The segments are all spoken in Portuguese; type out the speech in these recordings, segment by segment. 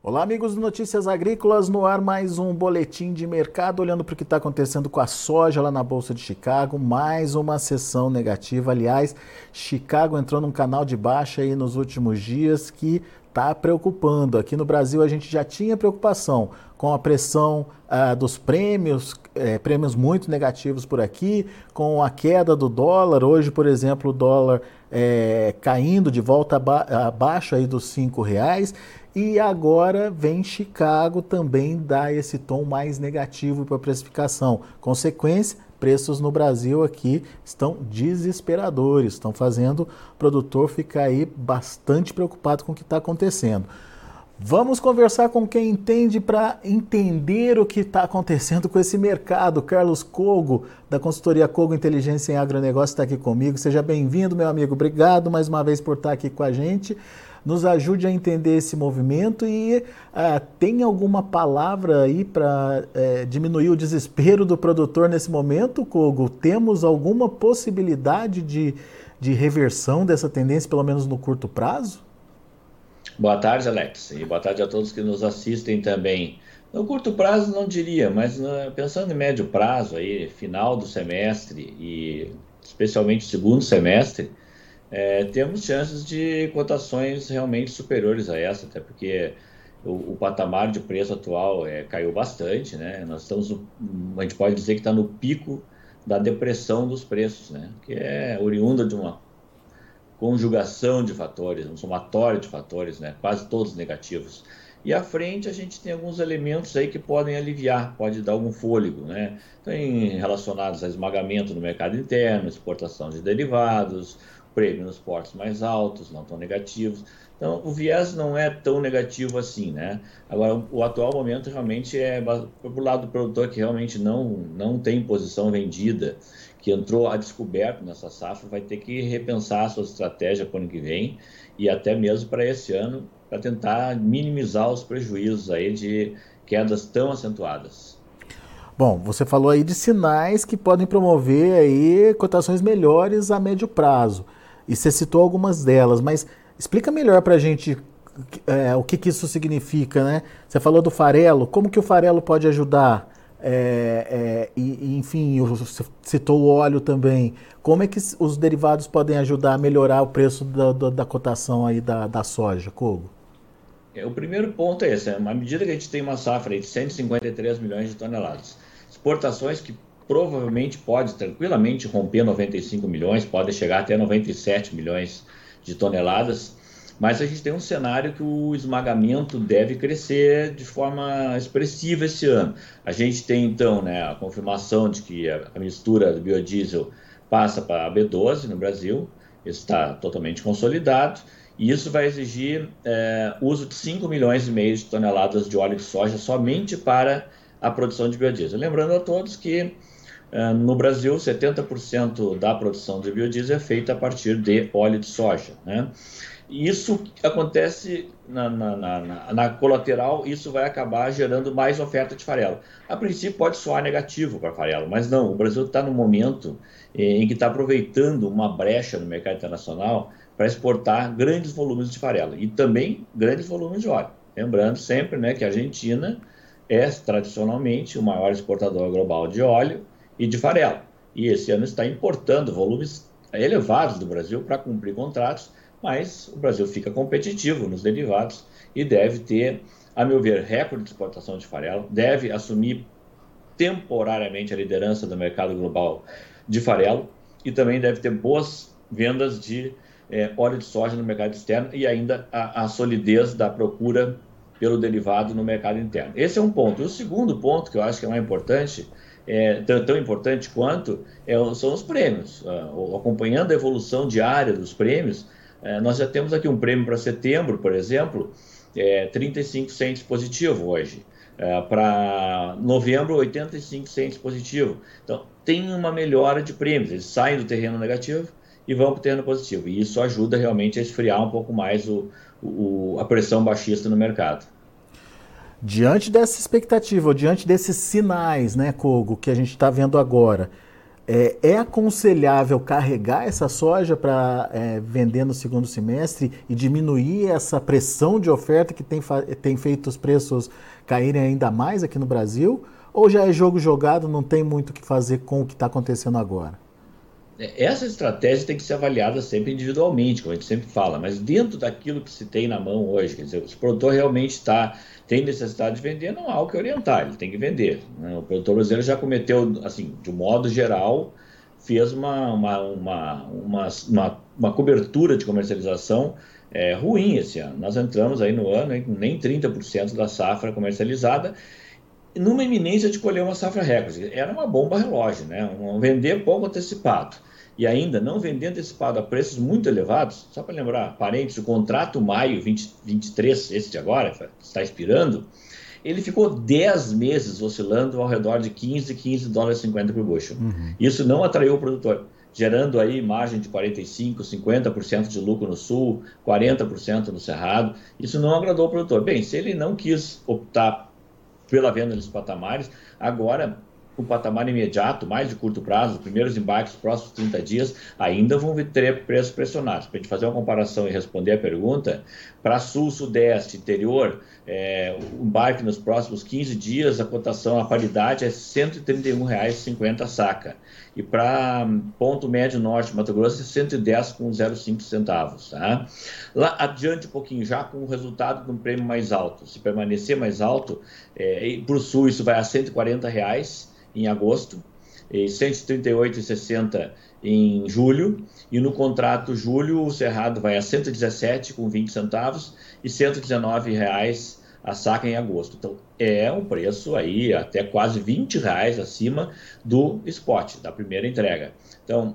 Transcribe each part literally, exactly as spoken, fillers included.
Olá, amigos do Notícias Agrícolas, no ar mais um boletim de mercado, olhando para o que está acontecendo com a soja lá na Bolsa de Chicago, mais uma sessão negativa. Aliás, Chicago entrou num canal de baixa aí nos últimos dias que está preocupando. Aqui no Brasil a gente já tinha preocupação com a pressão ah, dos prêmios, eh, prêmios muito negativos por aqui, com a queda do dólar. Hoje, por exemplo, o dólar eh, caindo de volta aba abaixo aí dos cinco reais. E agora vem Chicago também dar esse tom mais negativo para a precificação. Consequência, preços no Brasil aqui estão desesperadores, estão fazendo o produtor ficar aí bastante preocupado com o que está acontecendo. Vamos conversar com quem entende para entender o que está acontecendo com esse mercado. Carlos Cogo, da consultoria Cogo Inteligência em Agronegócio, está aqui comigo. Seja bem-vindo, meu amigo. Obrigado mais uma vez por estar aqui com a gente. Nos ajude a entender esse movimento e uh, tem alguma palavra aí para uh, diminuir o desespero do produtor nesse momento, Cogo? Temos alguma possibilidade de, de reversão dessa tendência, pelo menos no curto prazo? Boa tarde, Alex, e boa tarde a todos que nos assistem também. No curto prazo não diria, mas uh, pensando em médio prazo, aí, final do semestre e especialmente segundo semestre, É, temos chances de cotações realmente superiores a essa, até porque o, o patamar de preço atual é, caiu bastante, né? Nós estamos, a gente pode dizer que está no pico da depressão dos preços, né? Que é oriunda de uma conjugação de fatores, um somatório de fatores, né? Quase todos negativos. E à frente a gente tem alguns elementos aí que podem aliviar, pode dar algum fôlego, né? Tem relacionados a esmagamento no mercado interno, exportação de derivados, prêmio nos portos mais altos, não tão negativos. Então, o viés não é tão negativo assim, né? Agora, o atual momento realmente é pro lado do produtor que realmente não, não tem posição vendida, que entrou a descoberto nessa safra, vai ter que repensar a sua estratégia para o ano que vem e até mesmo para esse ano, para tentar minimizar os prejuízos aí de quedas tão acentuadas. Bom, você falou aí de sinais que podem promover aí cotações melhores a médio prazo. E você citou algumas delas, mas explica melhor para a gente é, o que, que isso significa, né? Você falou do farelo, como que o farelo pode ajudar? É, é, e, enfim, você citou o óleo também. Como é que os derivados podem ajudar a melhorar o preço da, da, da cotação aí da, da soja, Cogo? É, o primeiro ponto é esse, à medida que a gente tem uma safra aí de cento e cinquenta e três milhões de toneladas, exportações que provavelmente pode tranquilamente romper noventa e cinco milhões, pode chegar até noventa e sete milhões de toneladas, mas a gente tem um cenário que o esmagamento deve crescer de forma expressiva esse ano. A gente tem então, né, a confirmação de que a, a mistura do biodiesel passa para a B doze no Brasil, isso está totalmente consolidado, e isso vai exigir é, uso de cinco milhões e meio de toneladas de óleo de soja somente para a produção de biodiesel. Lembrando a todos que uh, no Brasil setenta por cento da produção de biodiesel é feita a partir de óleo de soja, né? E isso acontece na, na, na, na colateral, isso vai acabar gerando mais oferta de farelo. A princípio pode soar negativo para farelo, mas não, o Brasil está no momento eh, em que está aproveitando uma brecha no mercado internacional para exportar grandes volumes de farelo e também grandes volumes de óleo. Lembrando sempre, né, que a Argentina é tradicionalmente o maior exportador global de óleo e de farelo. E esse ano está importando volumes elevados do Brasil para cumprir contratos, mas o Brasil fica competitivo nos derivados e deve ter, a meu ver, recorde de exportação de farelo, deve assumir temporariamente a liderança do mercado global de farelo e também deve ter boas vendas de é, óleo de soja no mercado externo e ainda a, a solidez da procura pelo derivado no mercado interno. Esse é um ponto. E o segundo ponto, que eu acho que é mais importante, é, tão, tão importante quanto, é, são os prêmios. Uh, acompanhando a evolução diária dos prêmios, uh, nós já temos aqui um prêmio para setembro, por exemplo, é, trinta e cinco centes positivo hoje. Uh, para novembro, oitenta e cinco centes positivo. Então, tem uma melhora de prêmios. Eles saem do terreno negativo e vão para o terreno positivo. E isso ajuda realmente a esfriar um pouco mais o, o, a pressão baixista no mercado. Diante dessa expectativa, ou diante desses sinais, né, Cogo, que a gente está vendo agora, É, é aconselhável carregar essa soja para é, vender no segundo semestre e diminuir essa pressão de oferta que tem, tem feito os preços caírem ainda mais aqui no Brasil? Ou já é jogo jogado, não tem muito o que fazer com o que está acontecendo agora? Essa estratégia tem que ser avaliada sempre individualmente, como a gente sempre fala, mas dentro daquilo que se tem na mão hoje, quer dizer, se o produtor realmente está, tem necessidade de vender, não há o que orientar, ele tem que vender, né? O produtor brasileiro já cometeu, assim, de um modo geral, fez uma, uma, uma, uma, uma, uma cobertura de comercialização é, ruim esse ano. Nós entramos aí no ano com nem trinta por cento da safra comercializada, numa iminência de colher uma safra recorde. Era uma bomba relógio, né? Um vender pouco antecipado. E ainda não vender antecipado a preços muito elevados, só para lembrar, parênteses, o contrato maio vinte, vinte e três, esse de agora, que está expirando, ele ficou dez meses oscilando ao redor de quinze, quinze dólares e cinquenta por bushel. Uhum. Isso não atraiu o produtor, gerando aí margem de quarenta e cinco por cento, cinquenta por cento de lucro no sul, quarenta por cento no cerrado. Isso não agradou o produtor. Bem, se ele não quis optar pela venda nesses patamares, agora o patamar imediato, mais de curto prazo, os primeiros embarques, os próximos trinta dias, ainda vão ter preços pressionados. Para a gente fazer uma comparação e responder a pergunta, para sul, sudeste, interior, é, o embarque nos próximos quinze dias, a cotação, a paridade é cento e trinta e um reais e cinquenta centavos a saca. E para ponto médio norte, Mato Grosso, é cento e dez reais e zero cinco centavos. Tá? Lá adiante um pouquinho, já com o resultado de um prêmio mais alto. Se permanecer mais alto, é, para o sul isso vai a cento e quarenta reais em agosto, e cento e trinta e oito reais e sessenta centavos em julho, e no contrato julho o cerrado vai a cento e dezessete reais com vinte centavos e cento e dezenove reais a saca em agosto. Então é um preço aí até quase vinte reais acima do spot, da primeira entrega. Então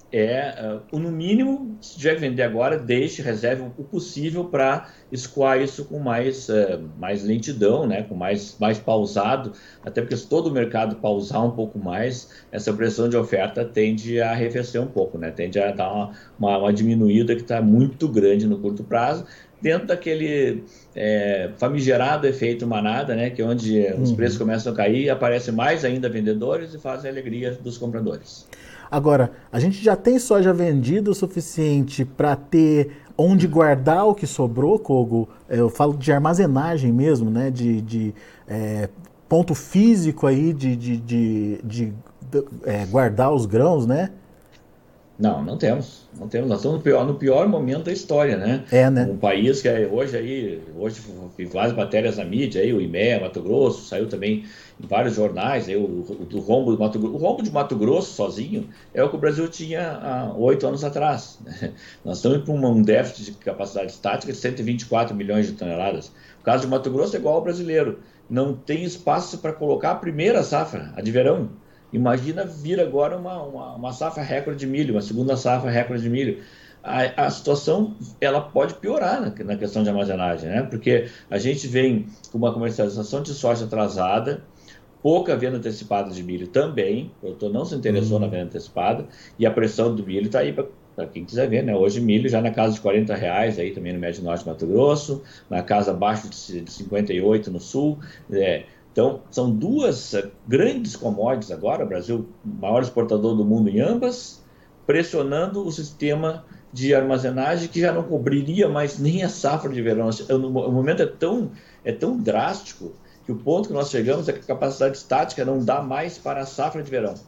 é, uh, no mínimo, se tiver que vender agora, deixe, reserve o possível para escoar isso com mais, uh, mais lentidão, né? Com mais, mais pausado, até porque se todo o mercado pausar um pouco mais, essa pressão de oferta tende a arrefecer um pouco, né? Tende a dar uma, uma, uma diminuída que está muito grande no curto prazo, dentro daquele é, famigerado efeito manada, né? Que é onde uhum. os preços começam a cair, aparecem mais ainda vendedores e fazem a alegria dos compradores. Agora, a gente já tem soja vendida o suficiente para ter onde guardar o que sobrou, Kogo? Eu falo de armazenagem mesmo, né? De, de é, ponto físico aí de, de, de, de, de é, guardar os grãos, né? Não, não temos. Não temos. Nós estamos no pior, no pior momento da história, né? É, né? Um país que é hoje aí, hoje várias matérias na mídia, aí, o I M E A, Mato Grosso, saiu também em vários jornais, aí, o, o, o rombo do Mato Grosso. O rombo de Mato Grosso sozinho é o que o Brasil tinha há oito anos atrás. Né? Nós estamos com um déficit de capacidade estática de cento e vinte e quatro milhões de toneladas. O caso de Mato Grosso é igual ao brasileiro. Não tem espaço para colocar a primeira safra, a de verão. Imagina vir agora uma, uma, uma safra recorde de milho, uma segunda safra recorde de milho. A, a situação ela pode piorar na, na questão de armazenagem, né? Porque a gente vem com uma comercialização de soja atrasada, pouca venda antecipada de milho também, o produtor não se interessou uhum. na venda antecipada, e a pressão do milho está aí para quem quiser ver, né? Hoje milho já na casa de quarenta reais, aí também no Médio Norte de Mato Grosso, na casa abaixo de, de cinquenta e oito no Sul, é, então, são duas grandes commodities agora, o Brasil, maior exportador do mundo em ambas, pressionando o sistema de armazenagem que já não cobriria mais nem a safra de verão. O momento é tão, é tão drástico que o ponto que nós chegamos é que a capacidade estática não dá mais para a safra de verão.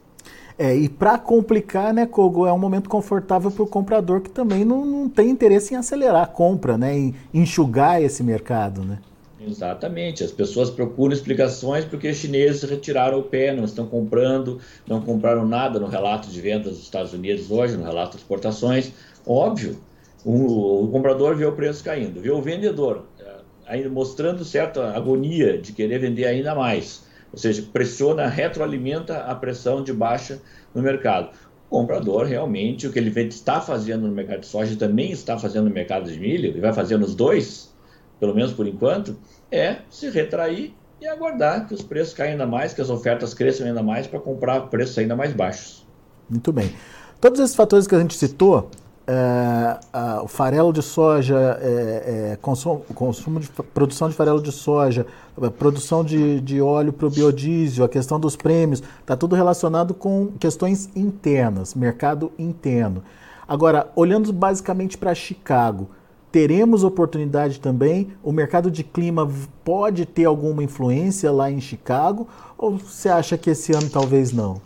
É, e para complicar, né, Kogo, é um momento confortável para o comprador que também não, não tem interesse em acelerar a compra, né, em enxugar esse mercado, né? Exatamente, as pessoas procuram explicações porque os chineses retiraram o pé, não estão comprando, não compraram nada no relato de vendas dos Estados Unidos hoje, no relato de exportações. Óbvio, o, o comprador vê o preço caindo, vê o vendedor ainda mostrando certa agonia de querer vender ainda mais, ou seja, pressiona, retroalimenta a pressão de baixa no mercado. O comprador realmente, o que ele está fazendo no mercado de soja também está fazendo no mercado de milho, e vai fazer nos dois, pelo menos por enquanto, é se retrair e aguardar que os preços caiam ainda mais, que as ofertas cresçam ainda mais para comprar preços ainda mais baixos. Muito bem. Todos esses fatores que a gente citou, é, a, o farelo de soja, é, é, consumo, consumo de produção de farelo de soja, produção de, de óleo para o biodiesel, a questão dos prêmios, está tudo relacionado com questões internas, mercado interno. Agora, olhando basicamente para Chicago, teremos oportunidade também? O mercado de clima pode ter alguma influência lá em Chicago? Ou você acha que esse ano talvez não?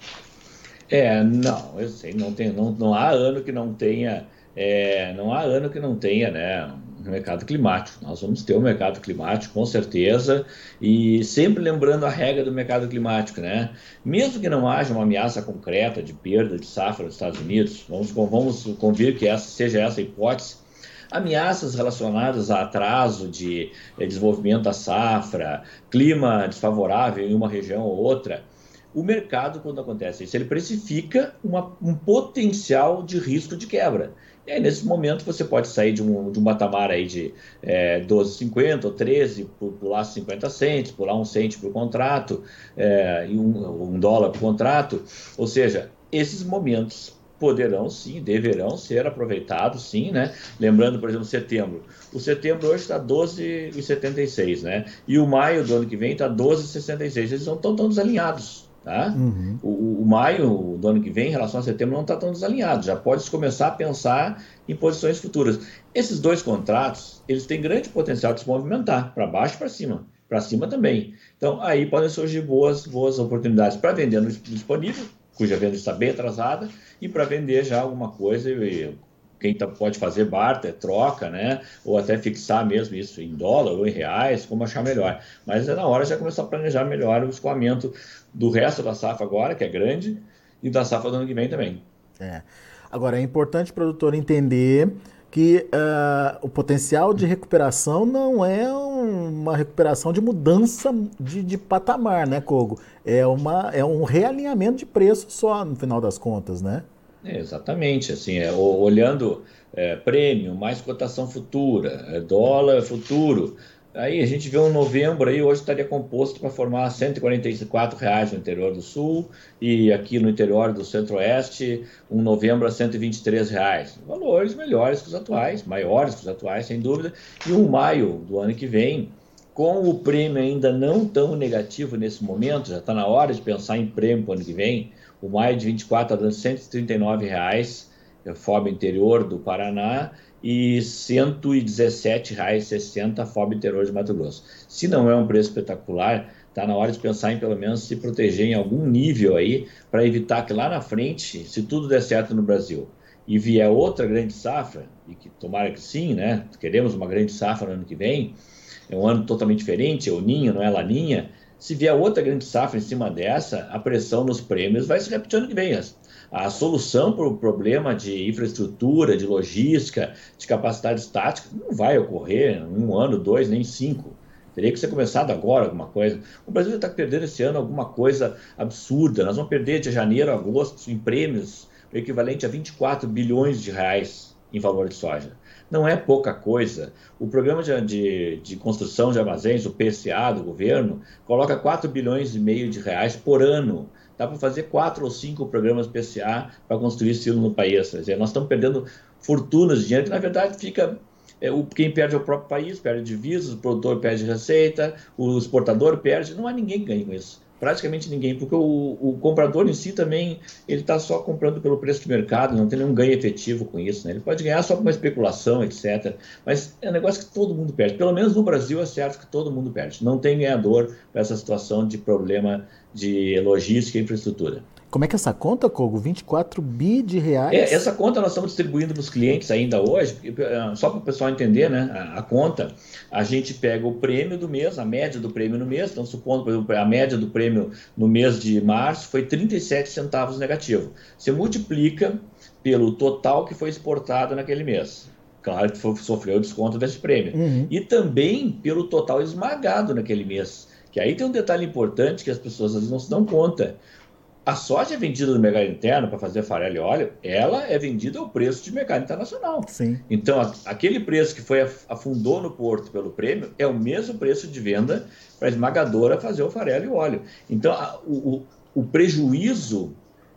É, não, eu sei, não tem, não, não há ano que não tenha, é, não há ano que não tenha, né, um mercado climático. Nós vamos ter um mercado climático, com certeza, e sempre lembrando a regra do mercado climático, né? Mesmo que não haja uma ameaça concreta de perda de safra nos Estados Unidos, vamos, vamos convir que essa seja essa a hipótese. Ameaças relacionadas a atraso de eh, desenvolvimento da safra, clima desfavorável em uma região ou outra. O mercado, quando acontece isso, ele precifica uma, um potencial de risco de quebra. E aí, nesse momento, você pode sair de um, de um patamar aí de é, doze e cinquenta ou treze, pular cinquenta centes, pular um cento por contrato, é, e um, um dólar por contrato. Ou seja, esses momentos poderão sim, deverão ser aproveitados sim, né? Lembrando, por exemplo, setembro. O setembro hoje está doze e setenta e seis, né? E o maio do ano que vem está doze e sessenta e seis. Eles não estão tão desalinhados. Tá? Uhum. O, o maio do ano que vem, em relação a setembro, não está tão desalinhado. Já pode começar a pensar em posições futuras. Esses dois contratos, eles têm grande potencial de se movimentar, para baixo e para cima. Para cima também. Então, aí podem surgir boas, boas oportunidades para vender no disponível, cuja venda está bem atrasada, e para vender já alguma coisa. E, quem tá, pode fazer barter, troca, né? Ou até fixar mesmo isso em dólar ou em reais, como achar melhor. Mas é na hora já começar a planejar melhor o escoamento do resto da safra agora, que é grande, e da safra do ano que vem também. É. Agora, é importante o produtor entender que uh, o potencial de recuperação não é um, uma recuperação de mudança de, de patamar, né, Kogo? É, uma, é um realinhamento de preço só, no final das contas, né? É, exatamente, assim, é, olhando é, prêmio, mais cotação futura, é, dólar futuro, aí a gente vê um novembro aí, hoje estaria composto para formar cento e quarenta e quatro reais no interior do sul e aqui no interior do centro-oeste, um novembro a cento e vinte e três reais. Valores melhores que os atuais, maiores que os atuais, sem dúvida, e um maio do ano que vem, com o prêmio ainda não tão negativo nesse momento, já está na hora de pensar em prêmio para o ano que vem. O maio de vinte e quatro está dando cento e trinta e nove reais, F O B interior do Paraná, e cento e dezessete reais e sessenta F O B interior de Mato Grosso. Se não é um preço espetacular, está na hora de pensar em pelo menos se proteger em algum nível aí, para evitar que lá na frente, se tudo der certo no Brasil, e vier outra grande safra, e que tomara que sim, né? Queremos uma grande safra no ano que vem, é um ano totalmente diferente, é o Ninho, não é a Laninha. Se vier outra grande safra em cima dessa, a pressão nos prêmios vai se repetir ano que vem. A solução para o problema de infraestrutura, de logística, de capacidade estática, não vai ocorrer em um ano, dois, nem cinco. Teria que ser começado agora alguma coisa. O Brasil está perdendo esse ano alguma coisa absurda. Nós vamos perder de janeiro a agosto em prêmios o equivalente a vinte e quatro bilhões de reais em valor de soja. Não é pouca coisa. O programa de, de, de construção de armazéns, o P C A do governo, coloca quatro bilhões e meio de reais por ano. Dá para fazer quatro ou cinco programas P C A para construir silo no país. Quer dizer, nós estamos perdendo fortunas de dinheiro que, na verdade, fica... É, o, quem perde é o próprio país, perde divisas, o produtor perde receita, o exportador perde. Não há ninguém que ganhe com isso. Praticamente ninguém, porque o, o comprador em si também, ele está só comprando pelo preço de mercado, não tem nenhum ganho efetivo com isso, né? Ele pode ganhar só com uma especulação, etcétera. Mas é um negócio que todo mundo perde. Pelo menos no Brasil é certo que todo mundo perde. Não tem ganhador para essa situação de problema de logística e infraestrutura. Como é que é essa conta, Kogo? vinte e quatro bi de reais? É, essa conta nós estamos distribuindo para os clientes ainda hoje, só para o pessoal entender, né? A, a conta, a gente pega o prêmio do mês, a média do prêmio no mês, então supondo, por exemplo, a média do prêmio no mês de março foi trinta e sete centavos negativo. Você multiplica pelo total que foi exportado naquele mês. Claro que sofreu o desconto desse prêmio. Uhum. E também pelo total esmagado naquele mês. Que aí tem um detalhe importante que as pessoas às vezes não se dão conta. A soja é vendida no mercado interno para fazer farelo e óleo, ela é vendida ao preço de mercado internacional. Sim. Então, a, aquele preço que foi afundou no porto pelo prêmio é o mesmo preço de venda para a esmagadora fazer o farelo e o óleo. Então, a, o, o prejuízo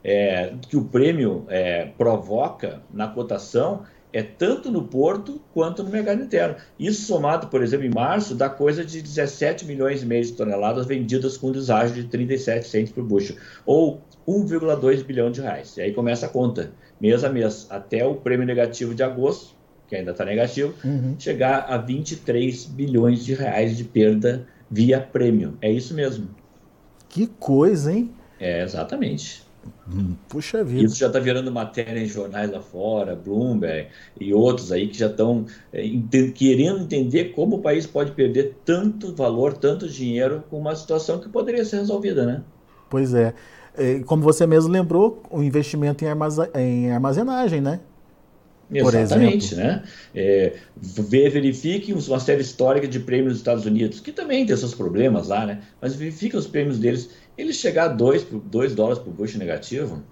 é, que o prêmio é, provoca na cotação é tanto no porto quanto no mercado interno. Isso somado, por exemplo, em março, dá coisa de dezessete milhões e meio de toneladas vendidas com deságio de trinta e sete centes por bushel, ou um vírgula dois bilhão de reais. E aí começa a conta, mês a mês, até o prêmio negativo de agosto, que ainda está negativo, uhum. chegar a vinte e três bilhões de reais de perda via prêmio. É isso mesmo. Que coisa, hein? É, exatamente. Hum, puxa vida. Isso já está virando matéria em jornais lá fora, Bloomberg e outros aí que já estão é, ent querendo entender como o país pode perder tanto valor, tanto dinheiro com uma situação que poderia ser resolvida, né? Pois é. Como você mesmo lembrou, o investimento em armazenagem, né? Por Exatamente, exemplo. né? É, verifiquem uma série histórica de prêmios dos Estados Unidos, que também tem seus problemas lá, né? Mas verifiquem os prêmios deles. Eles chegar a dois dólares por bushel negativo,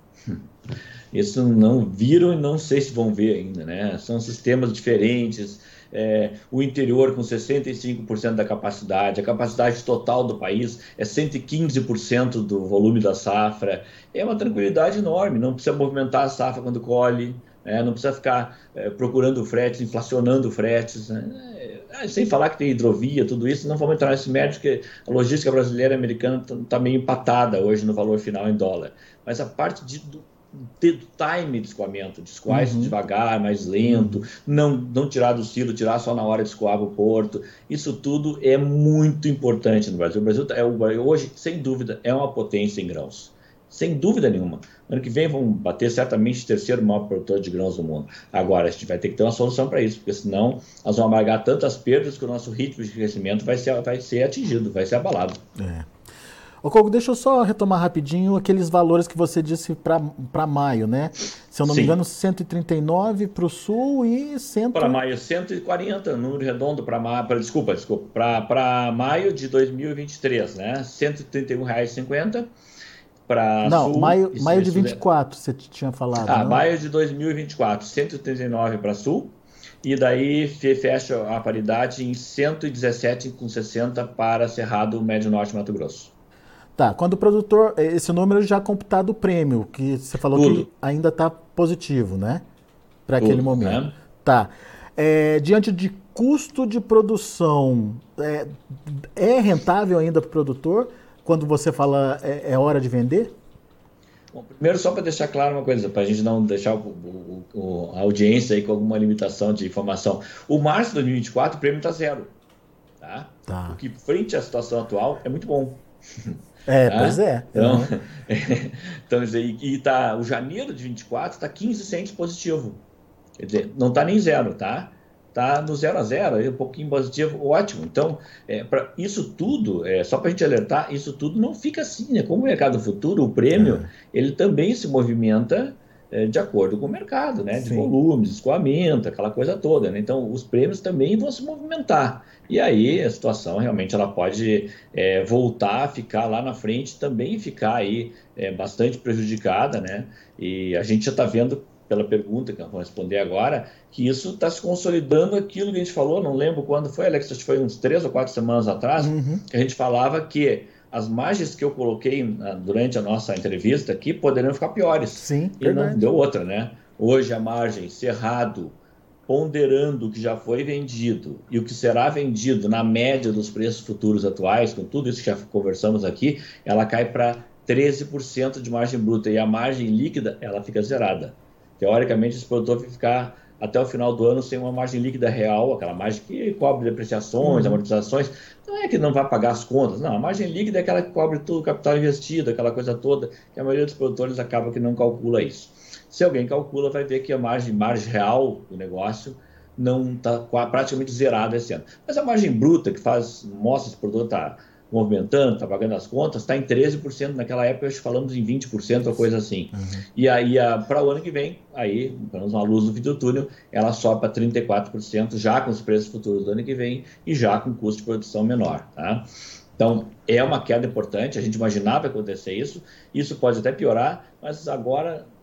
isso não viram e não sei se vão ver ainda, né? São sistemas diferentes. É, o interior com sessenta e cinco por cento da capacidade, a capacidade total do país é cento e quinze por cento do volume da safra. É uma tranquilidade enorme, não precisa movimentar a safra quando colhe. É, não precisa ficar é, procurando fretes, inflacionando fretes, né? É, sem falar que tem hidrovia, tudo isso, não vamos entrar nesse mérito, porque a logística brasileira e americana está tá meio empatada hoje no valor final em dólar. Mas a parte de, do, do time de escoamento, de escoar isso uhum. devagar, mais lento, uhum. não, não tirar do silo, tirar só na hora de escoar para o porto, isso tudo é muito importante no Brasil. O Brasil é, hoje, sem dúvida, é uma potência em grãos. Sem dúvida nenhuma. Ano que vem vão bater certamente o terceiro maior produtor de grãos do mundo. Agora, a gente vai ter que ter uma solução para isso, porque senão nós vamos amargar tantas perdas que o nosso ritmo de crescimento vai ser, vai ser atingido, vai ser abalado. É. Ô, Kogo, deixa eu só retomar rapidinho aqueles valores que você disse para maio, né? Se eu não Sim. me engano, cento e trinta e nove para o sul e cem... Para maio, cento e quarenta, número redondo para maio, pra, desculpa, desculpa, para maio de dois mil e vinte e três, né? cento e trinta e um reais e cinquenta centavos. Não, sul, maio, maio de vinte e quatro, você tinha falado. Ah, não? maio de dois mil e vinte e quatro, cento e trinta e nove para sul, e daí fecha a paridade em cento e dezessete vírgula sessenta para Cerrado Médio Norte Mato Grosso. Tá, quando o produtor, esse número já computado o prêmio, que você falou Tudo. que ainda está positivo, né? Para aquele momento. Né? Tá. É, diante de custo de produção, é, é rentável ainda para o produtor? Quando você fala é, é hora de vender? Bom, primeiro, só para deixar claro uma coisa, para a gente não deixar o, o, o, a audiência aí com alguma limitação de informação. O março de dois mil e vinte e quatro, o prêmio está zero. Tá? Tá. O que, frente à situação atual, é muito bom. É, tá? Pois é. Então, uhum. então e tá, o janeiro de vinte e quatro está quinze centes positivo. Quer dizer, não está nem zero, tá? Está no zero a zero, um pouquinho positivo, ótimo. Então, é, pra, isso tudo, é, só para a gente alertar, isso tudo não fica assim, né? Como o mercado futuro, o prêmio, é. ele também se movimenta é, de acordo com o mercado, né? De Sim. volumes, escoamento, aquela coisa toda, né? Então, os prêmios também vão se movimentar. E aí, a situação realmente ela pode é, voltar a ficar lá na frente, também ficar aí é, bastante prejudicada, né? E a gente já está vendo, pela pergunta que eu vou responder agora, que isso está se consolidando aquilo que a gente falou, não lembro quando foi, Alex, acho que foi uns três ou quatro semanas atrás, uhum. que a gente falava que as margens que eu coloquei durante a nossa entrevista aqui poderiam ficar piores. Sim, e verdade. Não deu outra, né? Hoje a margem Cerrado, ponderando o que já foi vendido e o que será vendido na média dos preços futuros atuais, com tudo isso que já conversamos aqui, ela cai para treze por cento de margem bruta e a margem líquida ela fica zerada. Teoricamente, esse produtor vai ficar até o final do ano sem uma margem líquida real, aquela margem que cobre depreciações, uhum. amortizações. Não é que não vai pagar as contas, não. A margem líquida é aquela que cobre todo o capital investido, aquela coisa toda, que a maioria dos produtores acaba que não calcula isso. Se alguém calcula, vai ver que a margem, margem real do negócio não está praticamente zerada esse ano. Mas a margem bruta, que faz, mostra se o produtor está movimentando, está pagando as contas, está em treze por cento. Naquela época, acho que falamos em vinte por cento ou coisa assim. Uhum. E aí, para o ano que vem, aí, pelo menos uma luz no fim do túnel, ela sobe para trinta e quatro por cento, já com os preços futuros do ano que vem e já com custo de produção menor. Tá? Então, é uma queda importante, a gente imaginava acontecer isso, isso pode até piorar, mas agora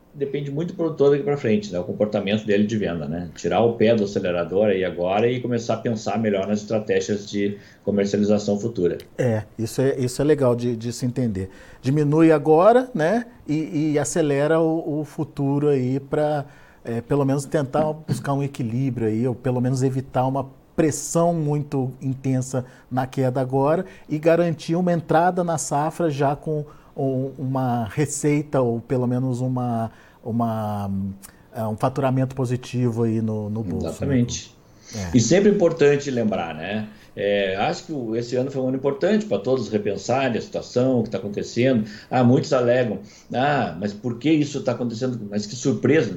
depende muito do produtor daqui para frente, né? O comportamento dele de venda, né? Tirar o pé do acelerador aí agora e começar a pensar melhor nas estratégias de comercialização futura. É, isso é, isso é legal de, de se entender. Diminui agora, né? E, e acelera o, o futuro aí para, é, pelo menos, tentar buscar um equilíbrio aí, ou pelo menos evitar uma pressão muito intensa na queda agora e garantir uma entrada na safra já com um, uma receita ou pelo menos uma, uma, um faturamento positivo aí no, no bolso. Exatamente. Né? É. E sempre importante lembrar, né? É, acho que esse ano foi um ano importante para todos repensarem a situação, o que está acontecendo. Ah, muitos alegam, ah, mas por que isso está acontecendo? Mas que surpresa!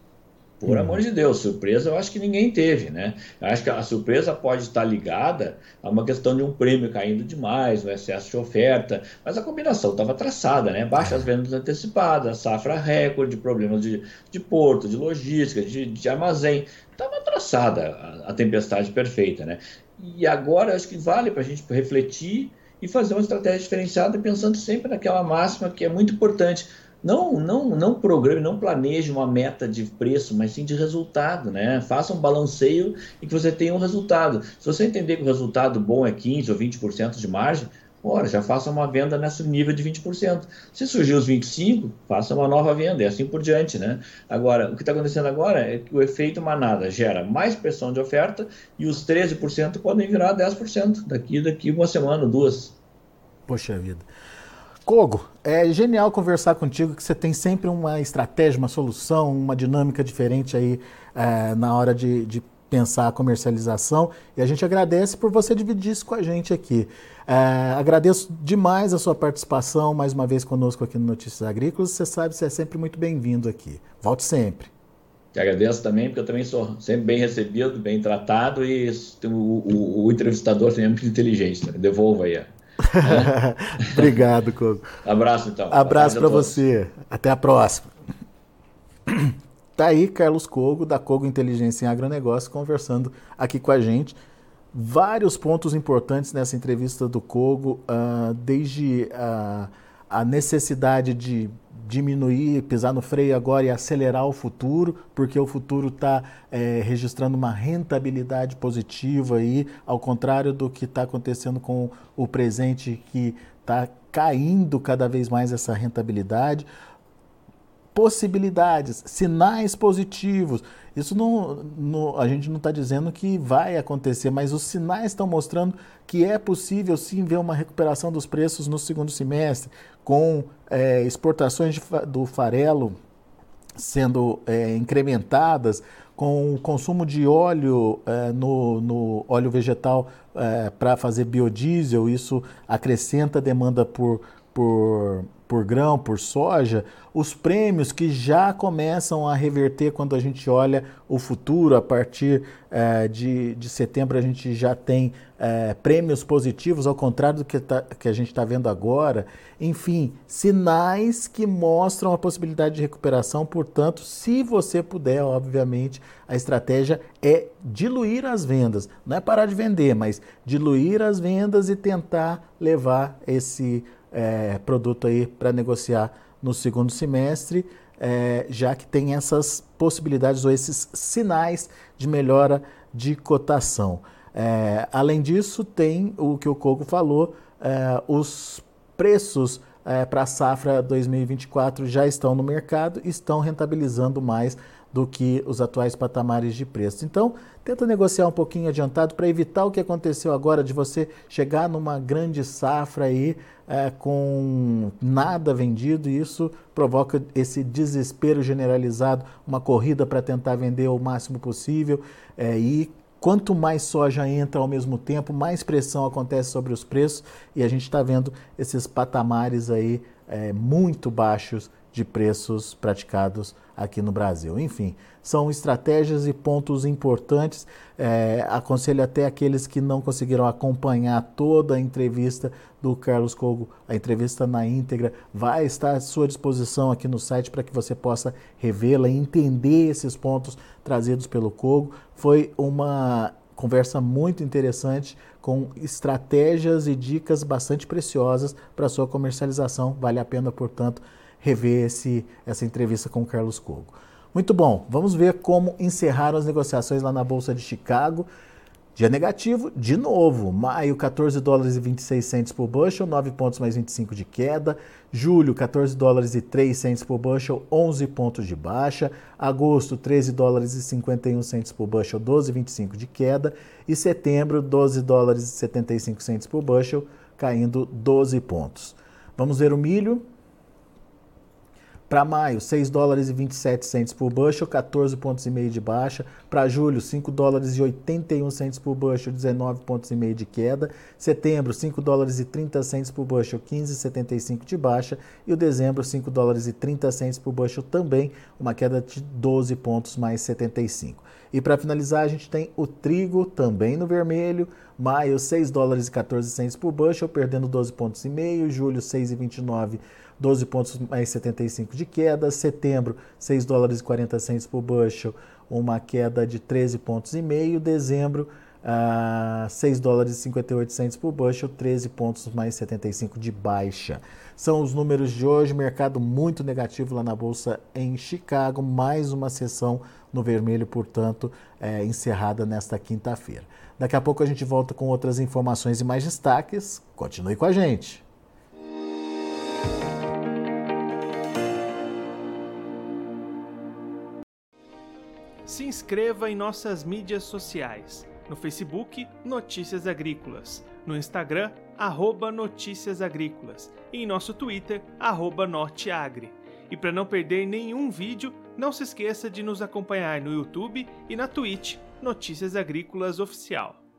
Por Hum. amor de Deus, surpresa eu acho que ninguém teve, né? Eu acho que a surpresa pode estar ligada a uma questão de um prêmio caindo demais, um excesso de oferta, mas a combinação estava traçada, né? Baixas vendas antecipadas, safra recorde, problemas de, de porto, de logística, de, de armazém. Estava traçada a, a tempestade perfeita, né? E agora acho que vale para a gente refletir e fazer uma estratégia diferenciada, pensando sempre naquela máxima que é muito importante. Não, não, não programe, não planeje uma meta de preço, mas sim de resultado, né? Faça um balanceio e que você tenha um resultado. Se você entender que o resultado bom é quinze por cento ou vinte por cento de margem, ora, já faça uma venda nesse nível de vinte por cento. Se surgir os vinte e cinco por cento, faça uma nova venda e assim por diante, né? Agora, o que está acontecendo agora é que o efeito manada gera mais pressão de oferta e os treze por cento podem virar dez por cento daqui, daqui uma semana, duas. Poxa vida. Kogo, é genial conversar contigo, que você tem sempre uma estratégia, uma solução, uma dinâmica diferente aí é, na hora de, de pensar a comercialização, e a gente agradece por você dividir isso com a gente aqui. É, agradeço demais a sua participação mais uma vez conosco aqui no Notícias Agrícolas. Você sabe, você é sempre muito bem-vindo aqui. Volte sempre. Te agradeço também, porque eu também sou sempre bem recebido, bem tratado, e o, o, o entrevistador também é muito inteligente. Né? Devolvo aí. Obrigado, Kogo. Abraço, então. Abraço para você. Até a próxima. Tá aí Carlos Kogo, da Kogo Inteligência em Agronegócio, conversando aqui com a gente. Vários pontos importantes nessa entrevista do Kogo, uh, desde uh, a necessidade de diminuir, pisar no freio agora e acelerar o futuro, porque o futuro está é, registrando uma rentabilidade positiva aí, ao contrário do que está acontecendo com o presente, que está caindo cada vez mais essa rentabilidade. Possibilidades, sinais positivos. Isso não, não, a gente não está dizendo que vai acontecer, mas os sinais estão mostrando que é possível sim ver uma recuperação dos preços no segundo semestre, com é, exportações de, do farelo sendo é, incrementadas, com o consumo de óleo é, no, no óleo vegetal é, para fazer biodiesel. Isso acrescenta a demanda por, por por grão, por soja, os prêmios que já começam a reverter quando a gente olha o futuro. A partir eh, de, de setembro a gente já tem eh, prêmios positivos, ao contrário do que, tá, que a gente está vendo agora. Enfim, sinais que mostram a possibilidade de recuperação. Portanto, se você puder, obviamente, a estratégia é diluir as vendas. Não é parar de vender, mas diluir as vendas e tentar levar esse É, produto aí para negociar no segundo semestre, é, já que tem essas possibilidades ou esses sinais de melhora de cotação. É, além disso, tem o que o Kogo falou, é, os preços é, para a safra dois mil e vinte e quatro já estão no mercado e estão rentabilizando mais do que os atuais patamares de preço. Então, tenta negociar um pouquinho adiantado para evitar o que aconteceu agora de você chegar numa grande safra aí é, com nada vendido, e isso provoca esse desespero generalizado, uma corrida para tentar vender o máximo possível, é, e quanto mais soja entra ao mesmo tempo, mais pressão acontece sobre os preços, e a gente está vendo esses patamares aí é, muito baixos de preços praticados aqui no Brasil. Enfim, são estratégias e pontos importantes. É, aconselho até aqueles que não conseguiram acompanhar toda a entrevista do Carlos Kogo, a entrevista na íntegra vai estar à sua disposição aqui no site para que você possa revê-la e entender esses pontos trazidos pelo Kogo. Foi uma conversa muito interessante, com estratégias e dicas bastante preciosas para a sua comercialização. Vale a pena, portanto, rever esse, essa entrevista com o Carlos Cogo. Muito bom, vamos ver como encerraram as negociações lá na Bolsa de Chicago. Dia negativo, de novo, maio quatorze dólares e vinte e seis centos por bushel, nove pontos mais vinte e cinco de queda. Julho, quatorze dólares e três centos por bushel, onze pontos de baixa. Agosto, treze dólares e cinquenta e um centos por bushel, doze vírgula vinte e cinco de queda. E setembro, doze dólares e setenta e cinco centos por bushel, caindo doze pontos. Vamos ver o milho. Para maio, seis dólares e vinte e sete centos por bushel, quatorze pontos e meio de baixa. Para julho, cinco dólares e oitenta e um centos por bushel, dezenove pontos e meio de queda. Setembro, cinco dólares e trinta centos por bushel, quinze vírgula setenta e cinco de baixa. E o dezembro, cinco dólares e trinta centos por bushel, também uma queda de doze pontos mais setenta e cinco. E para finalizar, a gente tem o trigo também no vermelho. Maio, seis dólares e quatorze centos por bushel, perdendo doze pontos e meio. Julho, seis vírgula vinte e nove, doze pontos mais setenta e cinco de queda. Setembro, seis dólares e quarenta centos por bushel, uma queda de treze pontos e meio. Dezembro, uh, seis dólares e cinquenta e oito centos por bushel, treze pontos mais setenta e cinco de baixa. São os números de hoje, mercado muito negativo lá na Bolsa em Chicago, mais uma sessão no vermelho, portanto, é, encerrada nesta quinta-feira. Daqui a pouco a gente volta com outras informações e mais destaques. Continue com a gente. Se inscreva em nossas mídias sociais. No Facebook, Notícias Agrícolas. No Instagram, arroba Notícias Agrícolas. E em nosso Twitter, arroba Norteagri. E para não perder nenhum vídeo, não se esqueça de nos acompanhar no YouTube e na Twitch, Notícias Agrícolas Oficial.